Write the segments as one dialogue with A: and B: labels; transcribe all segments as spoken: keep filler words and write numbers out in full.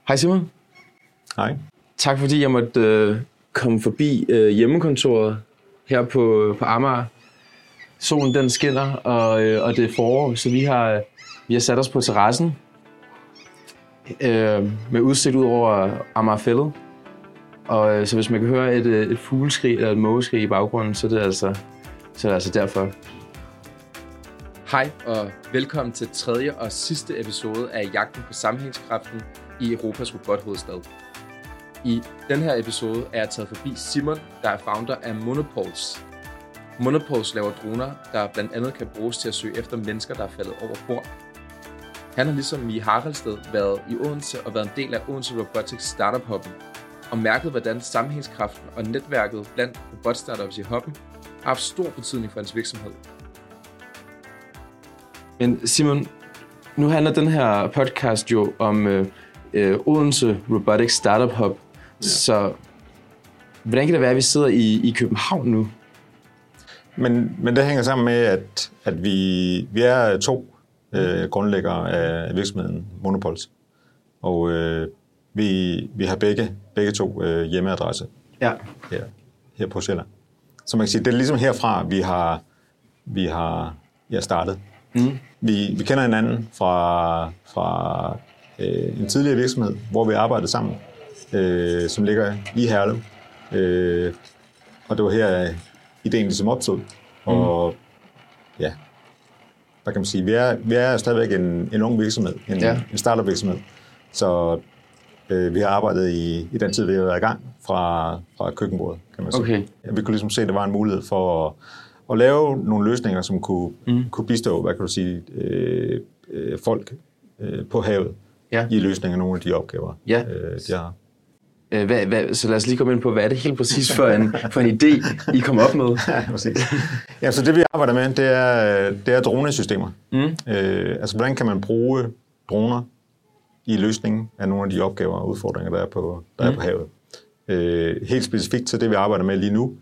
A: Hej Simon.
B: Hej.
A: Tak fordi jeg måtte øh, komme forbi øh, hjemmekontoret her på, på Amager. Solen den skinner, og, øh, og det er forår, så vi har, vi har sat os på terrassen øh, med udsigt ud over Amagerfællet. Og øh, så hvis man kan høre et, et fugleskrig eller et mågeskrig i baggrunden, så er det altså, så er det altså derfor. Hej og velkommen til tredje og sidste episode af Jagten på sammenhængskraften i Europas robothovedstad. I den her episode er jeg taget forbi Simon, der er founder af Monopols. Monopols laver droner, der blandt andet kan bruges til at søge efter mennesker, der er faldet over bord. Han har ligesom Mie Haraldsted været i Odense og været en del af Odense Robotics Startup-hubben, og mærket, hvordan sammenhængskraften og netværket blandt robotstartups i hubben har haft stor betydning for hans virksomhed. Men Simon, nu handler den her podcast jo om øh, øh, Odense Robotics Startup Hub, ja. Så hvordan kan det være, at vi sidder i, i København nu?
B: Men, men det hænger sammen med, at, at vi, vi er to øh, grundlæggere af virksomheden Monopols, og øh, vi, vi har begge, begge to øh, hjemmeadresse
A: ja.
B: her, her på Sjælland. Så man kan sige, det er ligesom herfra, vi har, vi har ja, startet. Mm. Vi, vi kender hinanden fra, fra øh, en tidligere virksomhed, hvor vi arbejdede sammen, øh, som ligger i Herlev. Øh, og det var her ideen ligesom opstod. Og mm. ja, hvad kan man sige, vi er, vi er stadigvæk en, en ung virksomhed, en, ja. en startup virksomhed. Så øh, vi har arbejdet i, i den tid, vi har været i gang fra, fra køkkenbordet, kan man sige.
A: Okay.
B: Ja, vi kunne ligesom se, at der var en mulighed for at og lave nogle løsninger, som kunne, mm. kunne bistå, hvad kan du sige, øh, øh, folk øh, på havet ja. i løsning af nogle af de opgaver,
A: ja.
B: øh, de har.
A: Øh, hvad, hvad, så lad os lige komme ind på, hvad er det helt præcis for en, for en idé, I kom op med?
B: Ja, præcis. Ja, så det vi arbejder med, det er, det er dronesystemer. Mm. Øh, altså, hvordan kan man bruge droner i løsningen af nogle af de opgaver og udfordringer, der er på, der mm. er på havet. Øh, helt specifikt til det, vi arbejder med lige nu,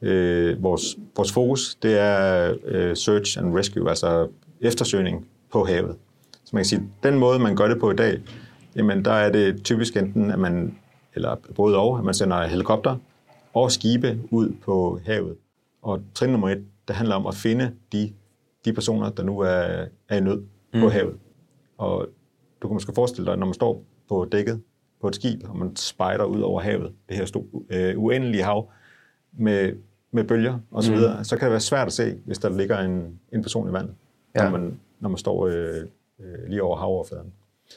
B: Øh, vores, vores fokus, det er øh, search and rescue, altså eftersøgning på havet. Så man kan sige, den måde, man gør det på i dag, jamen der er det typisk enten, at man, eller både og, at man sender helikopter og skibe ud på havet. Og trin nummer et, det handler om at finde de, de personer, der nu er, er i nød mm. på havet. Og du kan måske forestille dig, når man står på dækket på et skib, og man spejder ud over havet, det her store, øh, uendelige hav, med med bølger og så videre, mm. så kan det være svært at se, hvis der ligger en, en person i vandet, ja. når, man, når man står øh, øh, lige over havoverfladen.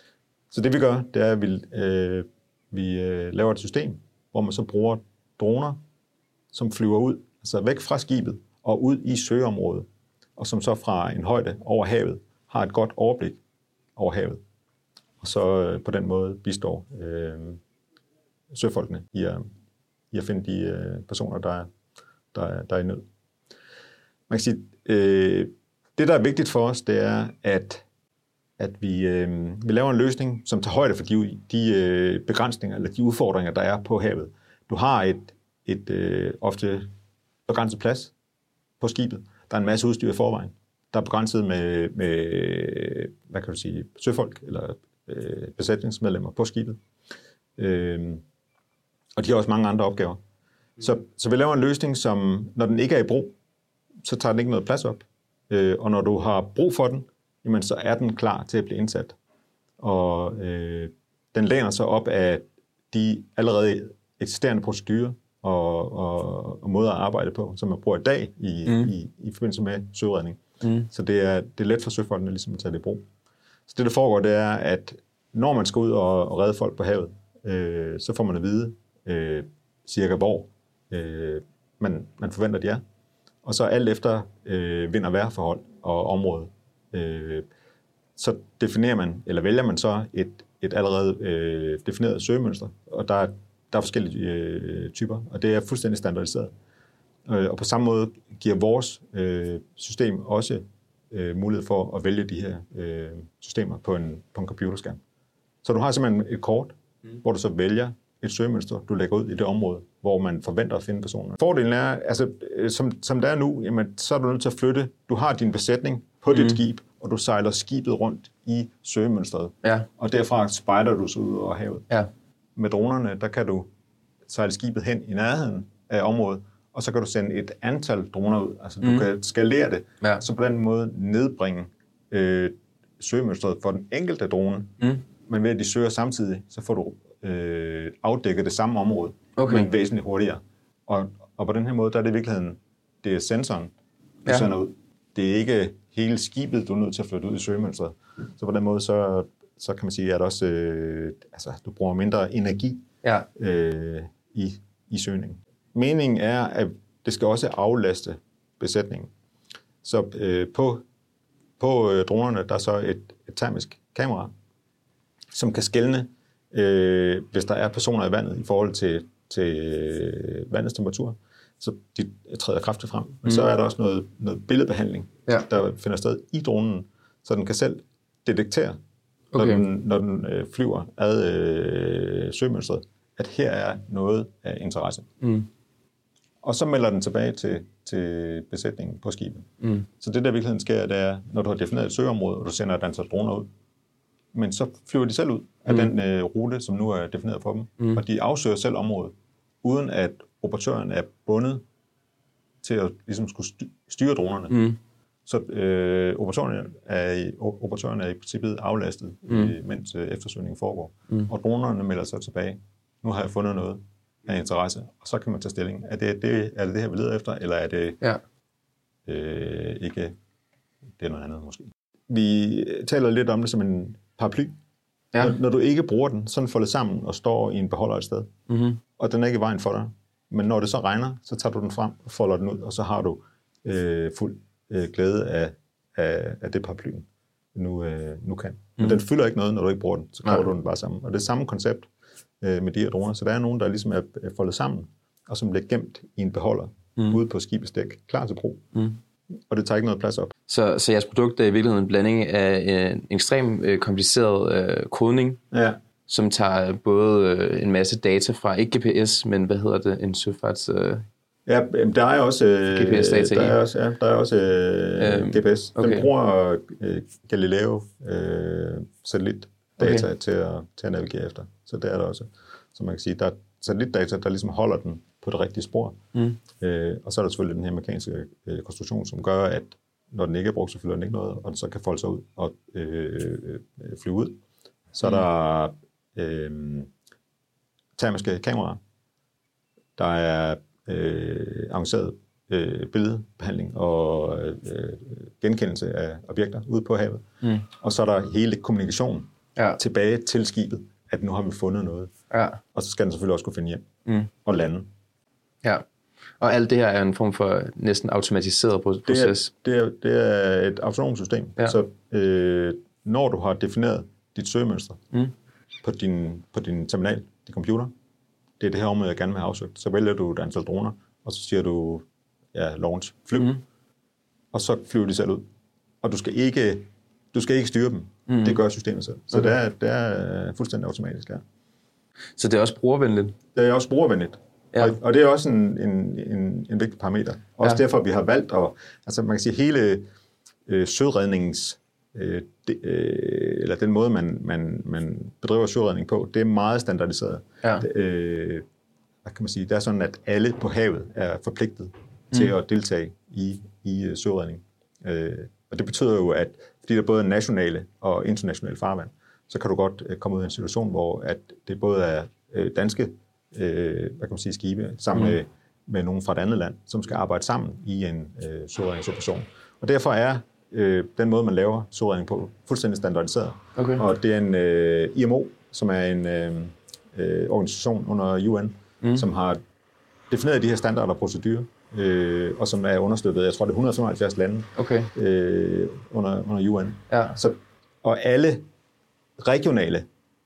B: Så det vi gør, det er, at vi, øh, vi øh, laver et system, hvor man så bruger droner, som flyver ud, altså væk fra skibet og ud i søgeområdet, og som så fra en højde over havet har et godt overblik over havet. Og så øh, på den måde bistår øh, søfolkene i at, i at finde de øh, personer, der er Der er, der er i nød. Man kan sige, øh, det der er vigtigt for os, det er, at, at vi, øh, vi laver en løsning, som tager højde for de, de øh, begrænsninger, eller de udfordringer, der er på havet. Du har et, et øh, ofte begrænset plads på skibet. Der er en masse udstyr i forvejen. Der er begrænset med, med hvad kan du sige, søfolk, eller øh, besætningsmedlemmer på skibet. Øh, og de har også mange andre opgaver. Så, så vi laver en løsning, som, når den ikke er i brug, så tager den ikke noget plads op. Øh, og når du har brug for den, jamen, så er den klar til at blive indsat. Og øh, den læner sig op af de allerede eksisterende procedurer og, og, og måder at arbejde på, som man bruger i dag i, mm. i, i forbindelse med søredning. Mm. Så det er, det er let for søfolkene ligesom at tage det i brug. Så det, der foregår, det er, at når man skal ud og, og redde folk på havet, øh, så får man at vide øh, cirka hvor Øh, man, man forventer, de er. Og så alt efter øh, vind- og vejrforhold og område, øh, så definerer man, eller vælger man så et, et allerede øh, defineret søgemønster, og der er, der er forskellige øh, typer, og det er fuldstændig standardiseret. Øh, og på samme måde giver vores øh, system også øh, mulighed for at vælge de her øh, systemer på en, på en computerskærm. Så du har simpelthen et kort, mm. hvor du så vælger et søgemønster, du lægger ud i det område, hvor man forventer at finde personer. Fordelen er, altså, som, som det er nu, jamen, så er du nødt til at flytte. Du har din besætning på mm. dit skib, og du sejler skibet rundt i søgemønstret.
A: Ja.
B: Og derfra spejder du så ud over havet.
A: Ja.
B: Med dronerne, der kan du sejle skibet hen i nærheden af området, og så kan du sende et antal droner ud. Altså du mm. kan skalere det,
A: ja.
B: så på den måde nedbringe øh, søgemønstret for den enkelte drone. Mm. Men ved at de søger samtidig, så får du øh, afdækket det samme område, okay. men væsentligt hurtigere. Og, og på den her måde, der er det i virkeligheden, det er sensoren, der ja. sender ud. Det er ikke hele skibet, du er nødt til at flytte ud i søgemønstret. Så på den måde, så, så kan man sige, at også, øh, altså, du bruger mindre energi ja. øh, i, i søgningen. Meningen er, at det skal også aflaste besætningen. Så øh, på, på øh, dronerne, der er så et, et termisk kamera, som kan skelne, øh, hvis der er personer i vandet i forhold til, til øh, vandets temperatur, så de træder kraftigt frem. Men mm. så er der også noget, noget billedbehandling, ja. der finder sted i dronen, så den kan selv detektere, okay. når den, når den øh, flyver ad øh, søgemønstret, at her er noget af interesse. Mm. Og så melder den tilbage til, til besætningen på skibet. Mm. Så det, der i virkeligheden sker, det er, når du har defineret et søgeområde, og du sender et antal droner ud, men så flyver de selv ud af mm. den øh, rute, som nu er defineret for dem, mm. og de afsøger selv området, uden at operatøren er bundet til at ligesom skulle styre dronerne. Mm. Så øh, operatøren, er i, operatøren er i princippet aflastet, mm. øh, mens øh, eftersøgningen foregår. Mm. Og dronerne melder sig tilbage. Nu har jeg fundet noget af interesse, og så kan man tage stilling. Er det det, er det, det her, vi leder efter, eller er det ja. øh, ikke det er noget andet måske? Vi taler lidt om det som en paraply. Ja. Når, når du ikke bruger den, så er den foldet sammen og står i en beholder et sted. Mm-hmm. Og den er ikke i vejen for dig. Men når det så regner, så tager du den frem og folder den ud, og så har du øh, fuld øh, glæde af, af, af det paraplyen, nu, øh, nu kan. Men mm. den fylder ikke noget, når du ikke bruger den. Så kræver du den bare sammen. Og det er samme koncept øh, med de her droner. Så der er nogen, der ligesom er foldet sammen, og som bliver gemt i en beholder mm. ude på skibets dæk, klar til brug. Mm. Og det tager ikke noget plads op. Så,
A: så jeres produkt er i virkeligheden en blanding af en ekstremt øh, kompliceret øh, kodning, ja. som tager både øh, en masse data fra, ikke G P S, men hvad hedder det, en søfarts... Øh,
B: ja, der er også... Øh,
A: G P S-data
B: der er også, ja, der er også øh, øhm, G P S. Den okay. bruger øh, Galileo øh, satellitdata okay. til, at, til at navigere efter. Så det er der også. Så man kan sige, der er satellitdata, der ligesom holder den på det rigtige spor. Mm. Øh, og så er der selvfølgelig den her mekaniske øh, konstruktion, som gør, at når den ikke er brugt, så fylder den ikke noget, og den så kan folde sig ud og øh, øh, flyve ud. Så mm. er der øh, termiske kameraer. Der er øh, avanceret øh, billedbehandling og øh, genkendelse af objekter ude på havet. Mm. Og så er der hele kommunikation ja. tilbage til skibet, at nu har vi fundet noget. Ja. Og så skal den selvfølgelig også kunne finde hjem mm. og lande.
A: Ja, og alt det her er en form for næsten automatiseret proces.
B: Det er, det er, det er et autonomt system. Ja. Så øh, når du har defineret dit søgemønster mm. på, din, på din terminal, din computer, det er det her område, jeg gerne vil have afsøgt, så vælger du et antal droner, og så siger du, ja, launch, flyv, mm. og så flyver de selv ud. Og du skal ikke, du skal ikke styre dem. Mm. Det gør systemet selv. Så okay. det, er, det er fuldstændig automatisk, ja.
A: Så det er også brugervenligt?
B: Det er også brugervenligt. Ja. Og, og det er også en, en, en, en vigtig parameter. Også ja. derfor, vi har valgt at, altså man kan sige, hele øh, søredningens, øh, de, øh, eller den måde, man, man, man bedriver søredning på, det er meget standardiseret. Ja. Det, øh, hvad kan man sige, det er sådan, at alle på havet er forpligtet mm. til at deltage i, i søredning. Øh, og det betyder jo, at fordi der både er nationale og internationale farvand, så kan du godt øh, komme ud i en situation, hvor at det både er øh, danske øh, hvad kan man sige, skibe sammen mm. med, med nogen fra et andet land, som skal arbejde sammen i en øh, søredningsoperation. Og derfor er øh, den måde, man laver søredning på, fuldstændig standardiseret. Okay. Og det er en øh, I M O, som er en øh, øh, organisation under U N, mm. som har defineret de her standarder og procedurer, øh, og som er understøttet, jeg tror det er et hundrede og femoghalvfjerds lande okay. øh, under, under U N. Ja. Så, og alle regionale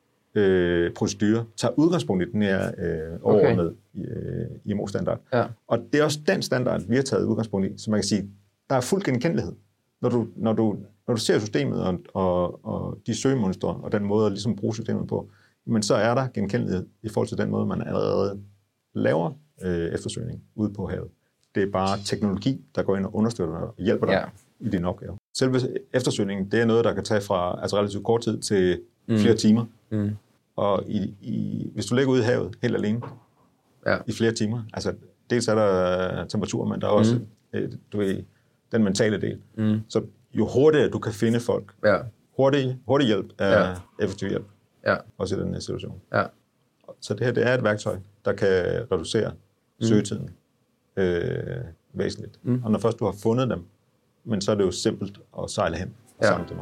B: øh, procedurer tager udgangspunkt i den her øh, overordnede okay. øh, I M O-standard. Ja. Og det er også den standard, vi har taget udgangspunkt i, så man kan sige, der er fuld genkendelighed. Når du, når du, når du ser systemet og, og, og de søgemønstre og den måde at ligesom bruge systemet på, men så er der genkendelighed i forhold til den måde, man allerede laver øh, eftersøgning ude på havet. Det er bare teknologi, der går ind og understøtter dig og hjælper dig ja. i din opgave. Selve eftersøgningen, det er noget, der kan tage fra altså relativt kort tid til mm. flere timer. Mm. Og i, i, hvis du ligger ude i havet helt alene ja. i flere timer, altså dels er der temperatur, men der er også mm. du ved, den mentale del. Mm. Så jo hurtigere du kan finde folk, ja. hurtig, hurtig hjælp er ja. effektiv hjælp, ja. også i den her situation. Ja. Så det her det er et værktøj, der kan reducere mm. søgetiden øh, væsentligt. Mm. Og når først du har fundet dem, men så er det jo simpelt at sejle hen og ja. samle dem op.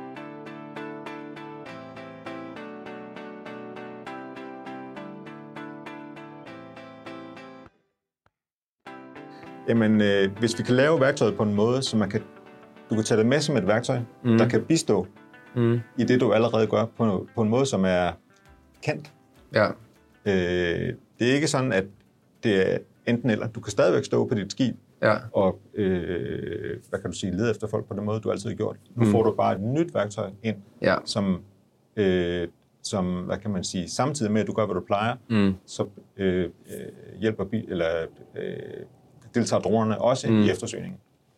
B: Jamen, øh, hvis vi kan lave værktøjet på en måde, så man kan, du kan tage det med som et værktøj, mm. der kan bistå mm. i det, du allerede gør, på, på en måde, som er kendt. Ja. Øh, det er ikke sådan, at det er enten eller. Du kan stadigvæk stå på dit skib ja. og øh, hvad kan du sige, lede efter folk på den måde, du altid har gjort. Nu mm. får du bare et nyt værktøj ind, ja. som, øh, som, hvad kan man sige, samtidig med, at du gør, hvad du plejer, mm. så øh, hjælper eller øh, deltager dronerne også mm. i eftersøgningen.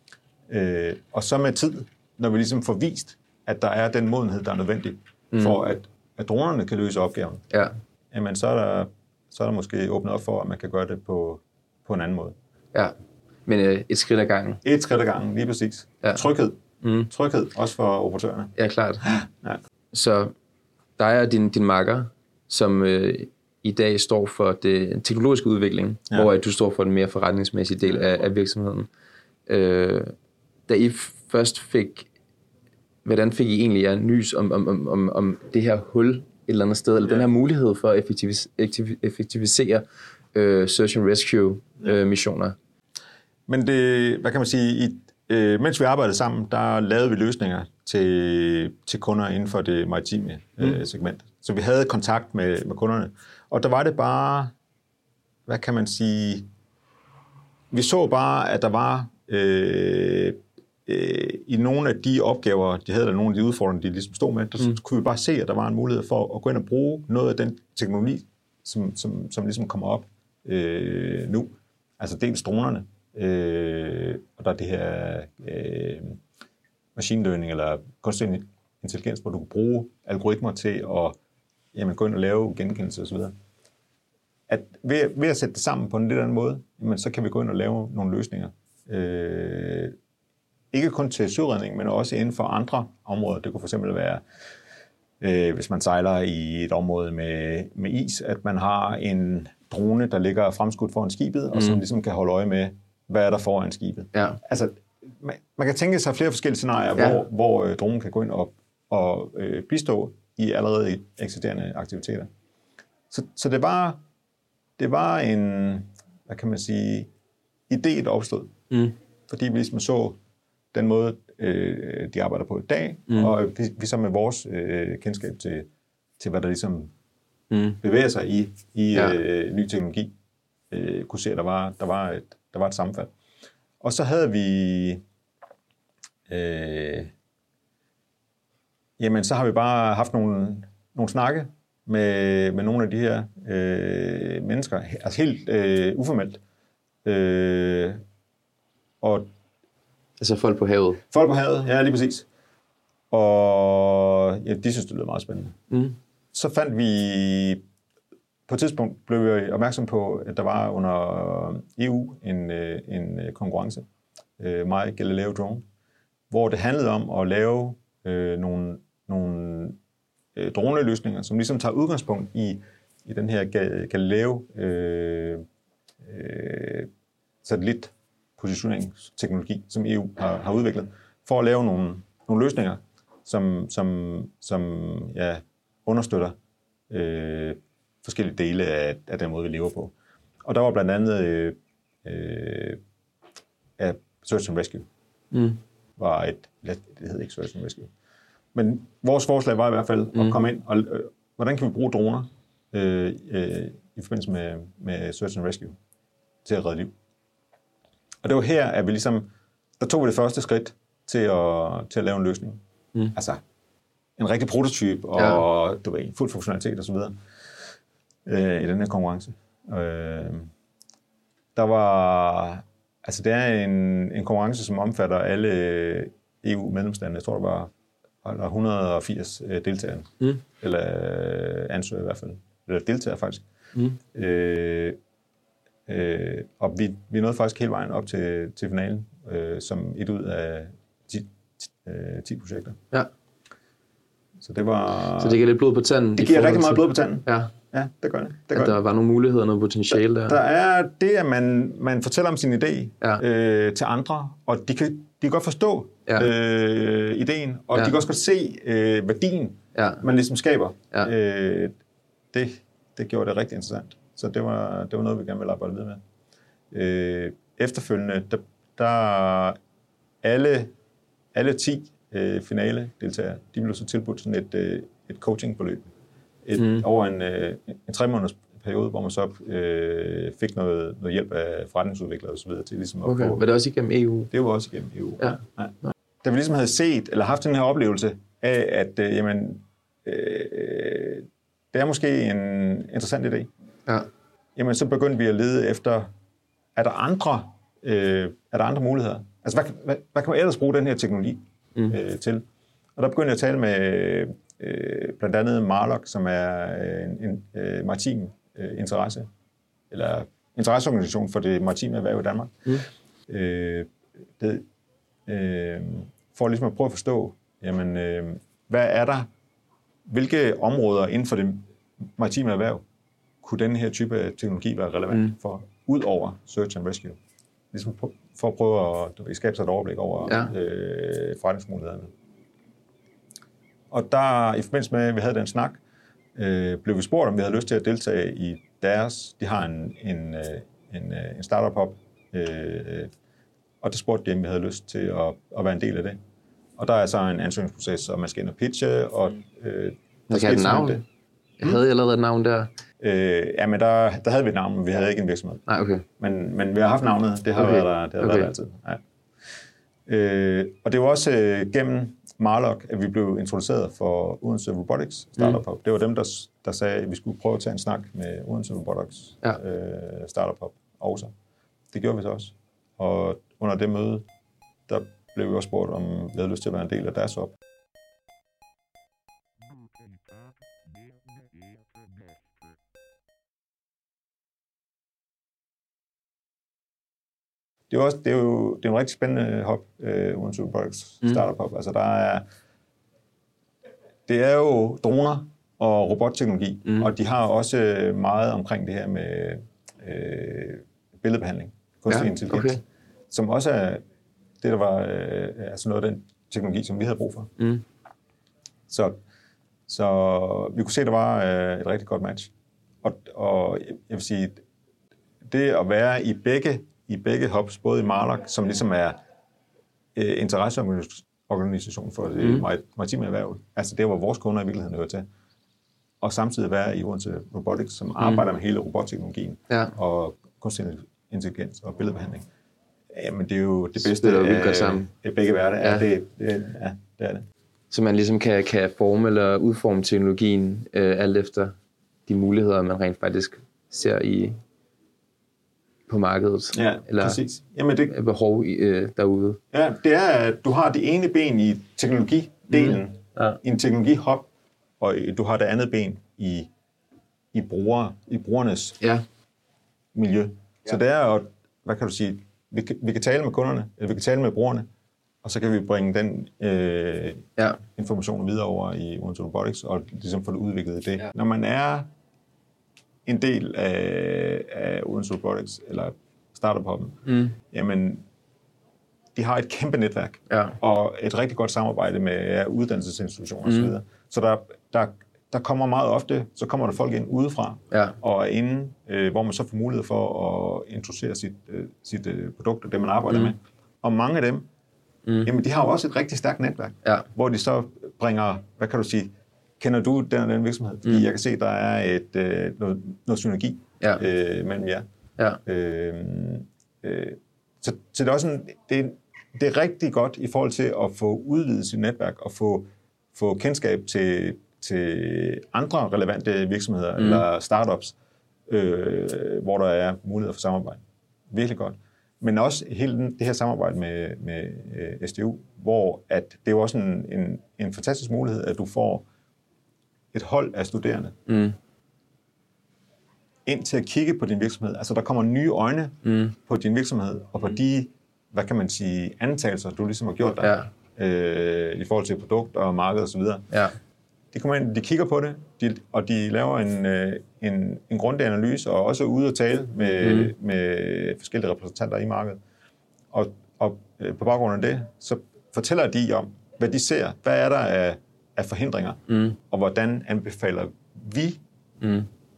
B: Øh, og så med tid, når vi ligesom får vist, at der er den modenhed, der er nødvendig, mm. for at, at dronerne kan løse opgaven, ja. jamen så er, der, så er der måske åbnet op for, at man kan gøre det på, på en anden måde.
A: Ja, men øh, et skridt ad gangen.
B: Et skridt ad gangen, lige præcis. Ja. Tryghed. Mm. Tryghed, også for operatørerne.
A: Ja, klart. Ja. Så der er din, din makker, som øh, i dag står for det teknologiske udvikling, ja. hvor du står for den mere forretningsmæssige del af, af virksomheden. Øh, da I først fik, hvordan fik I egentlig jer nys om, om, om, om det her hul et eller andet sted, eller ja. den her mulighed for at effektivis, effektivisere øh, search and rescue øh, missioner?
B: Men det, hvad kan man sige, i, øh, mens vi arbejdede sammen, der lavede vi løsninger til, til kunder inden for det maritime øh, mm. segment. Så vi havde kontakt med, med kunderne. Og der var det bare, hvad kan man sige, vi så bare, at der var øh, øh, i nogle af de opgaver, de havde, eller nogle af de udfordringer, de ligesom stod med, der mm. kunne vi bare se, at der var en mulighed for at gå ind og bruge noget af den teknologi, som, som, som ligesom kommer op øh, nu. Altså dels dronerne, øh, og der er det her øh, machine learning, eller kunstig intelligens, hvor du kan bruge algoritmer til at jamen, gå ind og lave genkendelse osv. At ved, ved at sætte det sammen på en lidt anden måde, jamen, så kan vi gå ind og lave nogle løsninger. Øh, ikke kun til søredning, men også inden for andre områder. Det kunne for eksempel være, øh, hvis man sejler i et område med, med is, at man har en drone, der ligger fremskudt foran skibet, mm. og som ligesom kan holde øje med, hvad er der foran skibet. Ja. Altså, man, man kan tænke sig flere forskellige scenarier, ja. hvor, hvor øh, dronen kan gå ind og, og øh, bistå i allerede eksisterende aktiviteter. Så, så det var det var en, hvad kan man sige, idé, der opstod. Mm. Fordi vi ligesom så den måde, øh, de arbejder på i dag, mm. og vi, vi så med vores øh, kendskab til, til, hvad der ligesom mm. bevæger sig i, i ja. øh, ny teknologi, øh, kunne se, at der var, der var, et, der var et sammenfald. Og så havde vi øh, jamen, så har vi bare haft nogle, nogle snakke med, med nogle af de her øh, mennesker, altså helt øh, uformelt. Øh, og
A: altså folk på havet?
B: Folk på havet, ja, lige præcis. Og ja, de synes, det lød meget spændende. Mm. Så fandt vi, på et tidspunkt blev vi opmærksom på, at der var under E U en, en konkurrence, øh, My Galileo Drone, hvor det handlede om at lave øh, nogle nogle øh, droneløsninger, som ligesom tager udgangspunkt i, i den her Galileo øh, øh, satellitpositioneringsteknologi, som E U har, har udviklet, for at lave nogle, nogle løsninger, som, som, som ja, understøtter øh, forskellige dele af, af den måde, vi lever på. Og der var blandt andet øh, øh, ja, Search and Rescue. Mm. Var et, det hed ikke Search and Rescue. Men vores forslag var i hvert fald at komme ind, og øh, hvordan kan vi bruge droner øh, øh, i forbindelse med, med Search and Rescue til at redde liv. Og det var her, at vi ligesom, der tog vi det første skridt til at, til at lave en løsning. Mm. Altså en rigtig prototype, og ja. du ved, fuld funktionalitet og så videre øh, i den her konkurrence. Øh, der var Altså, det er en, en konkurrence, som omfatter alle E U-medlemslandene. Jeg tror, der var, var et hundrede og firs deltagere. Mm. Eller ansøgere i hvert fald. Eller deltagere, faktisk. Mm. Øh, øh, og vi, vi nåede faktisk hele vejen op til, til finalen, øh, som et ud af ti, ti projekter. Ja. Så det var...
A: Så det giver lidt blod på tanden?
B: Det giver rigtig meget blod på tanden.
A: Ja.
B: Ja, det gør det. det gør
A: at der
B: det.
A: var nogle muligheder, noget potentiale der.
B: Der er det, at man, man fortæller om sin idé ja. øh, til andre, og de kan, de kan godt forstå ja. øh, ideen, og ja. de kan også godt se øh, værdien, ja. man ligesom skaber. Ja. Øh, det, det gjorde det rigtig interessant. Så det var, det var noget, vi gerne ville arbejde videre med. Øh, efterfølgende, der, der alle, alle ti øh, finale-deltagere, de blev så tilbudt sådan et, øh, et coachingforløb. Et, mm. over en, øh, en tre måneders periode, hvor man så øh, fik noget, noget hjælp af forretningsudviklere og så videre til ligesom at
A: okay.
B: få...
A: Var det også igennem E U?
B: Det var også igennem E U.
A: Ja.
B: Ja. Da vi ligesom havde set, eller haft den her oplevelse af, at øh, jamen, øh, det er måske en interessant idé, ja. Jamen så begyndte vi at lede efter, er der andre, øh, er der andre muligheder? Altså, hvad, hvad, hvad kan man ellers bruge den her teknologi mm. øh, til? Og der begyndte jeg at tale med... Øh, blandt andet Marlock, som er en, en øh, maritim øh, interesse, eller interesseorganisation for det maritime erhverv i Danmark. Mm. Øh, det, øh, for ligesom at prøve at forstå, jamen, øh, hvad er der, hvilke områder inden for det maritime erhverv kunne den her type af teknologi være relevant mm. for, ud over search and rescue? Ligesom for at prøve at skabe sig et overblik over ja. øh, forretningsmulighederne. Og der, i forbindelse med, at vi havde den snak, øh, blev vi spurgt, om vi havde lyst til at deltage i deres. De har en, en, en, en startup-hub, øh, og der spurgte de, om vi havde lyst til at, at være en del af det. Og der er så en ansøgningsproces, og man skal ind og pitche. Og, øh,
A: der skal have et navn? Det. Jeg havde allerede et navn der.
B: Øh, ja, men der, der havde vi et navn, men vi havde ikke en virksomhed.
A: Nej, okay.
B: Men, men vi har haft navnet, det har okay. været der, det har okay. været der altid. Ja. Øh, og det var også øh, gennem Marlock, at vi blev introduceret for Odense Robotics Startup Hub. Mm. Det var dem, der, der sagde, at vi skulle prøve at tage en snak med Odense Robotics ja. øh, Startup Hub også. Det gjorde vi så også. Og under det møde, der blev vi også spurgt, om vi havde lyst til at være en del af deres hub. Det er, også, det er jo det er en rigtig spændende hub, øh, Odense Robotics Startup Hub. Mm. Altså, der er, det er jo droner og robotteknologi, mm. og de har også meget omkring det her med øh, billedbehandling, kunstig ja, intelligens, okay. som også er det, der var øh, altså noget af den teknologi, som vi havde brug for. Mm. Så, så vi kunne se, at der var øh, et rigtig godt match. Og, og jeg vil sige, det at være i begge i begge hubs, både i Marlock, som ligesom er øh, interesseorganisation for det mm. maritime erhverv, altså det, hvor vores kunder i virkeligheden hører til, og samtidig være i Odense Robotics, som mm. arbejder med hele robotteknologien, ja. og kunstig intelligens og billedbehandling. Jamen, det er jo det bedste af, af begge verdener. Ja. Ja, det, det, ja, det er det.
A: Så man ligesom kan, kan forme eller udforme teknologien øh, alt efter de muligheder, man rent faktisk ser i på markedet,
B: ja,
A: eller
B: præcis. Jamen det,
A: behov øh, derude.
B: Ja, det er, at du har det ene ben i teknologidelen, mm. ja. i en teknologihub, og du har det andet ben i, i, bruger, i brugernes ja. miljø. Ja. Så det er jo, hvad kan du sige, vi kan, vi kan tale med kunderne, eller vi kan tale med brugerne, og så kan vi bringe den øh, ja. information videre over i Odense Robotics, og ligesom få det udviklet i det. Ja. Når man er en del af, af Odense Robotics, eller Startup-hubben, mm. jamen, de har et kæmpe netværk, ja. og et rigtig godt samarbejde med ja, uddannelsesinstitutioner mm. osv. Så der, der, der kommer meget ofte, så kommer der folk ind udefra, ja. og er inde, øh, hvor man så får mulighed for at introducere sit, øh, sit øh, produkt og det, man arbejder mm. med. Og mange af dem, mm. jamen, de har jo også et rigtig stærkt netværk, ja. hvor de så bringer, hvad kan du sige, kender du den og den virksomhed? Fordi mm. jeg kan se, der er et, øh, noget, noget synergi ja. øh, mellem jer. Ja. Øh, øh, så, så det er også en, det, det er rigtig godt i forhold til at få udvidet sit netværk og få, få kendskab til, til andre relevante virksomheder mm. eller startups, øh, hvor der er muligheder for samarbejde. Virkelig godt. men også hele det her samarbejde med, med uh, S D U, hvor at det er jo også en, en, en fantastisk mulighed, at du får et hold af studerende mm. ind til at kigge på din virksomhed. Altså, der kommer nye øjne mm. på din virksomhed, og på de, hvad kan man sige, antagelser, du ligesom har gjort der, ja. øh, i forhold til produkt og marked og så videre. Ja. De kommer ind, de kigger på det, de, og de laver en, en, en grundig analyse, og også ude at tale med, mm. med forskellige repræsentanter i markedet. Og, og på baggrund af det, så fortæller de om, hvad de ser, hvad er der af, af forhindringer, mm. og hvordan anbefaler vi, mm.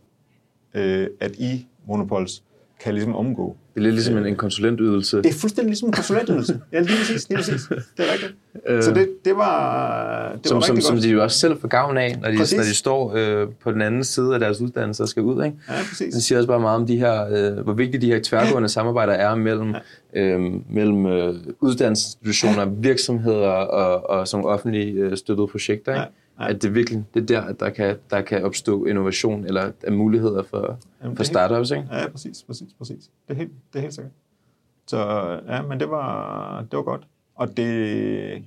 B: øh, at I, Monopols, kan ligesom omgå.
A: Det er lidt ligesom en, en konsulentydelse.
B: Det er fuldstændig ligesom en konsulentydelse. Ja, lige præcis, lige præcis. Det er rigtigt. Øh, så det, det var, det
A: som,
B: var
A: som,
B: rigtig
A: som
B: godt.
A: de jo også selv får gavn af, når de, når de står øh, på den anden side af deres uddannelse og skal ud. Ikke?
B: Ja, præcis.
A: Det siger også bare meget om, de her, øh, hvor vigtige de her tværgående ja. samarbejder er mellem, ja. øh, mellem øh, uddannelsesinstitutioner, ja. virksomheder og, og sådan offentlige øh, støttede projekter. Ikke? Ja. Ja. At det virkelig det er der, at der kan, der kan opstå innovation eller er muligheder for, for startups, ikke?
B: Ja, præcis, præcis, præcis. Det er helt, det er helt sikkert. Så ja, men det var, det var godt. Og det...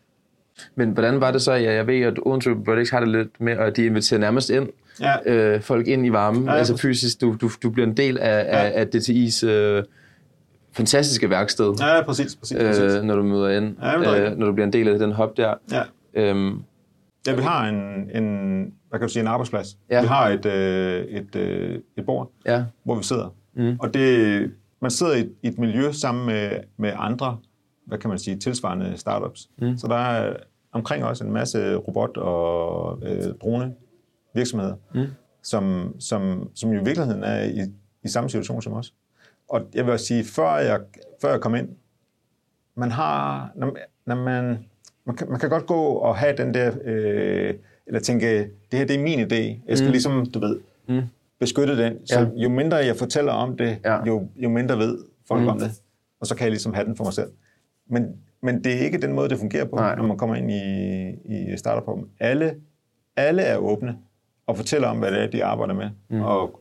A: Men hvordan var det så? Ja, jeg ved, at Odense Robotics har det lidt med, at de inviterer nærmest ind, ja. øh, folk ind i varmen, ja, ja, altså fysisk. Du, du, du bliver en del af, ja. af, af D T I's øh, fantastiske værksted,
B: ja, præcis, præcis, præcis.
A: Øh, når du møder ind, ja, øh, når du bliver en del af den hub der. Ja. Øhm,
B: Ja, vi har en, en, hvad kan du sige, en arbejdsplads. Ja. Vi har et, øh, et, øh, et bord, ja. hvor vi sidder. Mm. Og det, man sidder i, i et miljø sammen med, med andre, hvad kan man sige, tilsvarende startups. Mm. Så der er omkring også en masse robot- og øh, drone virksomheder, mm. som, som, som jo i virkeligheden er i, i samme situation som os. Og jeg vil også sige, før jeg, før jeg kom ind, man har, når, når man... Man kan, man kan godt gå og have den der, øh, eller tænke, det her det er min idé. Jeg skal mm. ligesom, du ved, mm. beskytte den. Så ja. jo mindre jeg fortæller om det, ja. jo, jo mindre ved folk mm. om det. Og så kan jeg ligesom have den for mig selv. Men, men det er ikke den måde, det fungerer på, Nej. når man kommer ind i, i startup. Alle, alle er åbne og fortæller om, hvad det er, de arbejder med. Mm. Og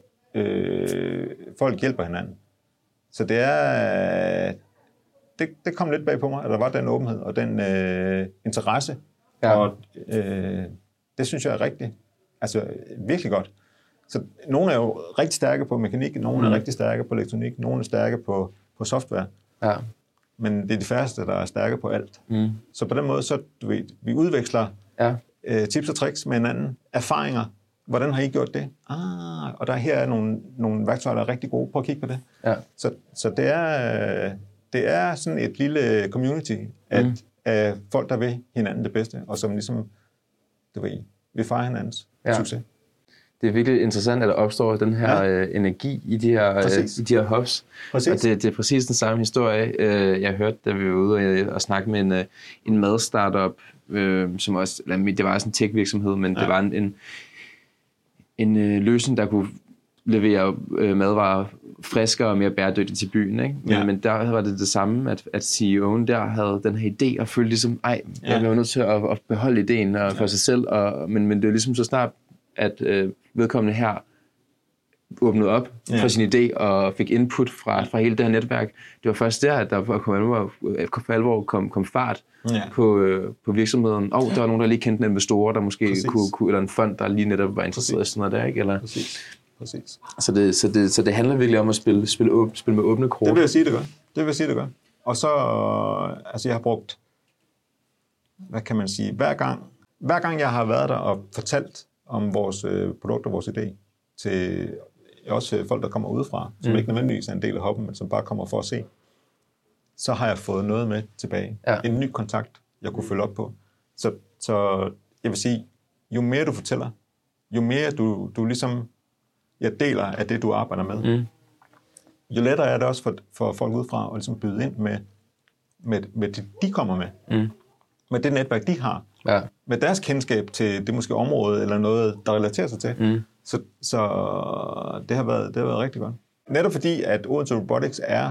B: øh, folk hjælper hinanden. Så det er... Det, det kom lidt bag på mig, at der var den åbenhed og den øh, interesse. Ja. Og øh, det synes jeg er rigtig, altså virkelig godt. Så nogle er jo rigtig stærke på mekanik, nogle mm. er rigtig stærke på elektronik, nogle er stærke på, på software. Ja. Men det er de færreste, der er stærke på alt. Mm. Så på den måde, så du ved, vi udveksler ja. øh, tips og tricks med hinanden, erfaringer. Hvordan har I gjort det? Ah, og der her er nogle, nogle værktøjer, der er rigtig gode. Prøv at kigge på det. Ja. Så, så det er... Øh, Det er sådan et lille community at, mm. af folk, der vil hinanden det bedste, og som ligesom, du ved, vil fejre hinandens ja. succes.
A: Det er virkelig interessant, at der opstår den her ja. øh, energi i de her, øh, i de her hubs. Præcis. Og det, det er præcis den samme historie, øh, jeg hørte, da vi var ude og, og snakke med en, øh, en madstartup, øh, som også, eller, det var også en tech-virksomhed, men ja. det var en, en, en øh, løsning, der kunne levere øh, madvarer friskere og mere bæredygtigt til byen, ikke? Men, ja. men der var det det samme, at, at C E O'en der havde den her idé, og følte ligesom, ej, ja. jeg var nødt til at, at beholde idéen og, for ja. sig selv, og, men, men det var ligesom så snart, at øh, vedkommende her åbnede op ja. for sin idé, og fik input fra, fra hele det her netværk. Det var først der, at der for alvor, for alvor kom, kom fart ja. på, øh, på virksomheden. Og der var nogen, der lige kendte en investor, der måske kunne, kunne, eller en fond, der lige netop var interesseret i sådan noget der, ikke? Eller,
B: Præcis. Præcis.
A: Så det, så, det, så det handler virkelig om at spille, spille, åb, spille med åbne kort.
B: Det vil jeg sige, det gør. Det vil jeg sige, det gør. Og så, altså jeg har brugt, hvad kan man sige, hver gang, hver gang jeg har været der og fortalt om vores øh, produkt og vores idé til også folk, der kommer udefra, som mm. ikke nødvendigvis er en del af hubben, men som bare kommer for at se, så har jeg fået noget med tilbage. Ja. En ny kontakt, jeg kunne følge op på. Så, så jeg vil sige, jo mere du fortæller, jo mere du, du ligesom jeg deler af det, du arbejder med, mm. jo lettere er det også for, for folk udefra at ligesom byde ind med, med, med det, de kommer med. Mm. Med det netværk, de har. Ja. Med deres kendskab til det måske område, eller noget, der relaterer sig til. Mm. Så, så det, har været, det har været rigtig godt. Netop fordi, at Odense Robotics er,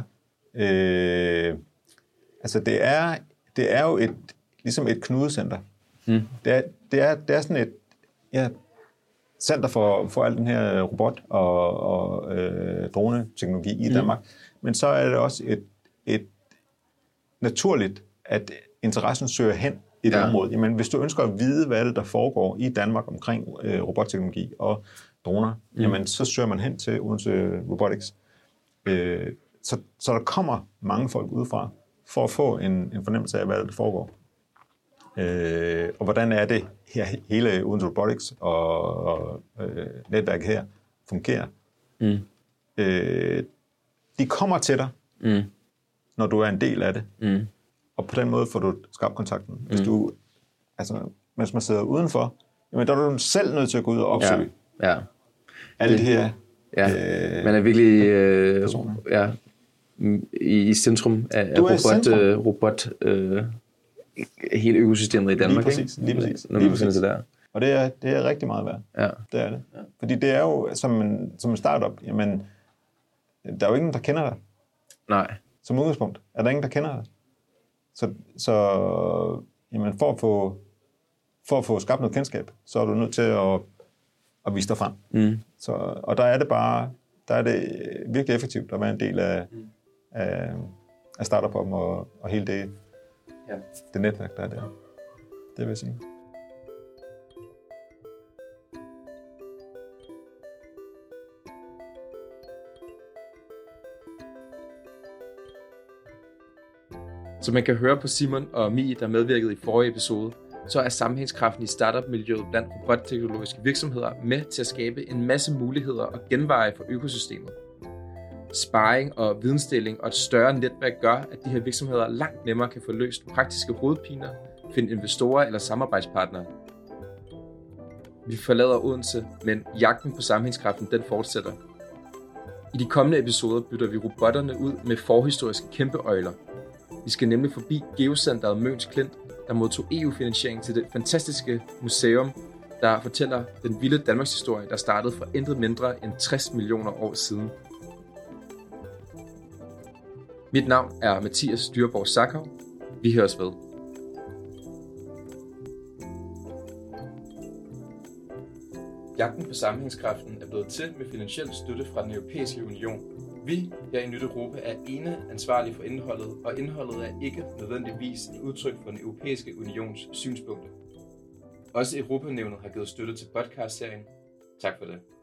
B: øh, altså det er, det er jo et, ligesom et knudecenter. Mm. Det, er, det, er, det er sådan et, ja, center for, for al den her robot- og, og øh, drone-teknologi i mm. Danmark. Men så er det også et, et naturligt, at interessen søger hen i det
A: Ja.
B: område. Jamen, hvis du ønsker at vide, hvad det der foregår i Danmark omkring øh, robotteknologi og droner, mm. jamen, så søger man hen til Odense Robotics. Øh, så, så der kommer mange folk udefra for at få en, en fornemmelse af, hvad der foregår. Øh, og hvordan er det her, hele Odense Robotics og, og øh, netværket her fungerer. Mm. Øh, de kommer til dig, mm. når du er en del af det. Mm. Og på den måde får du skabt kontakten. Hvis mm. du, altså, mens man sidder udenfor, jamen, der er du selv nødt til at gå ud og opsøge.
A: Ja. Ja.
B: Alle de her
A: ja. øh, man er virkelig øh, ja, i, i centrum af, af robot, centrum. Øh, robot øh, hele økosystemet i Danmark.
B: Lige præcis. Lige præcis.
A: Når man befinder sig der.
B: Og det er, det er rigtig meget værd.
A: Ja.
B: Det er det. Ja. Fordi det er jo, som en, som en startup, jamen, der er jo ingen, der kender dig.
A: Nej.
B: Som udgangspunkt er der ingen, der kender dig. Så, så jamen, for, at få, for at få skabt noget kendskab, så er du nødt til at, at vise dig frem. Mm. Så, og der er det bare, der er det virkelig effektivt at være en del af, mm. af, af startup-om og, og hele det, ja. det netværk, der er der. Det vil jeg sige.
A: Som man kan høre på Simon og Mie, der medvirkede i forrige episode, så er sammenhængskraften i startup-miljøet blandt robotteknologiske virksomheder med til at skabe en masse muligheder og genveje for økosystemet. Sparring og vidensdeling og et større netværk gør, at de her virksomheder langt nemmere kan få løst praktiske hovedpiner, finde investorer eller samarbejdspartnere. Vi forlader Odense, men jagten på sammenhængskraften den fortsætter. I de kommende episoder bytter vi robotterne ud med forhistoriske kæmpeøgler. Vi skal nemlig forbi Geocenteret Møns Klint, der modtog E U-finansiering til det fantastiske museum, der fortæller den vilde Danmarks historie, der startede for intet mindre end tres millioner år siden. Mit navn er Mathias Dyrborg Sackau. Vi høres ved. Jagten på sammenhængskraften er blevet til med finansiel støtte fra den Europæiske Union. Vi her i Nyt Europa er ene ansvarlige for indholdet, og indholdet er ikke nødvendigvis et udtryk for den Europæiske Unions synspunkter. Også Europanævnet har givet støtte til podcastserien. Tak for det.